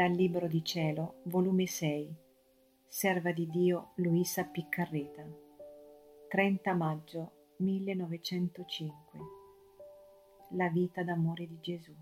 Dal Libro di Cielo, volume 6, Serva di Dio Luisa Piccarreta, 30 maggio 1905. La vita d'amore di Gesù.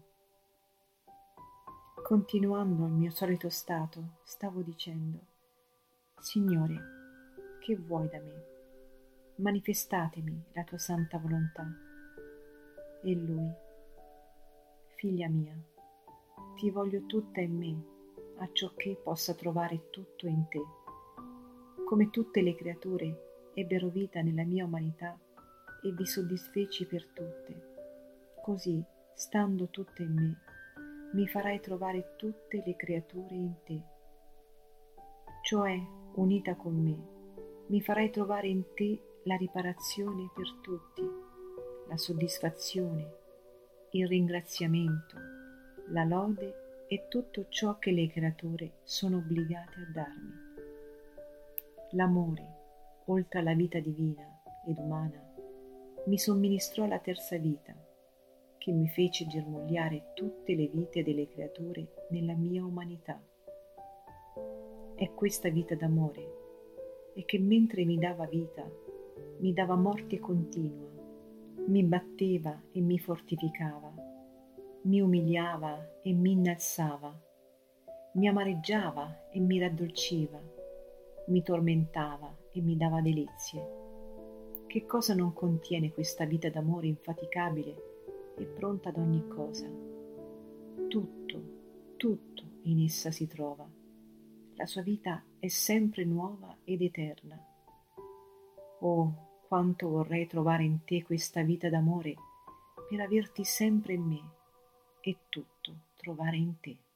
Continuando il mio solito stato, stavo dicendo: Signore, che vuoi da me? Manifestatemi la tua santa volontà. E Lui: Figlia mia, ti voglio tutta in me, acciocché possa trovare tutto in te. Come tutte le creature ebbero vita nella mia umanità e vi soddisfeci per tutte, così, stando tutte in me, mi farai trovare tutte le creature in te. Cioè, unita con me, mi farai trovare in te la riparazione per tutti, la soddisfazione, il ringraziamento, la lode e tutto ciò che le creature sono obbligate a darmi. L'amore, oltre alla vita divina ed umana, mi somministrò la terza vita, che mi fece germogliare tutte le vite delle creature nella mia umanità. È questa vita d'amore, e che mentre mi dava vita, mi dava morte continua, mi batteva e mi fortificava, mi umiliava e mi innalzava, mi amareggiava e mi raddolciva, mi tormentava e mi dava delizie. Che cosa non contiene questa vita d'amore infaticabile e pronta ad ogni cosa? Tutto, tutto in essa si trova. La sua vita è sempre nuova ed eterna. Oh, quanto vorrei trovare in te questa vita d'amore per averti sempre in me e tutto trovare in te.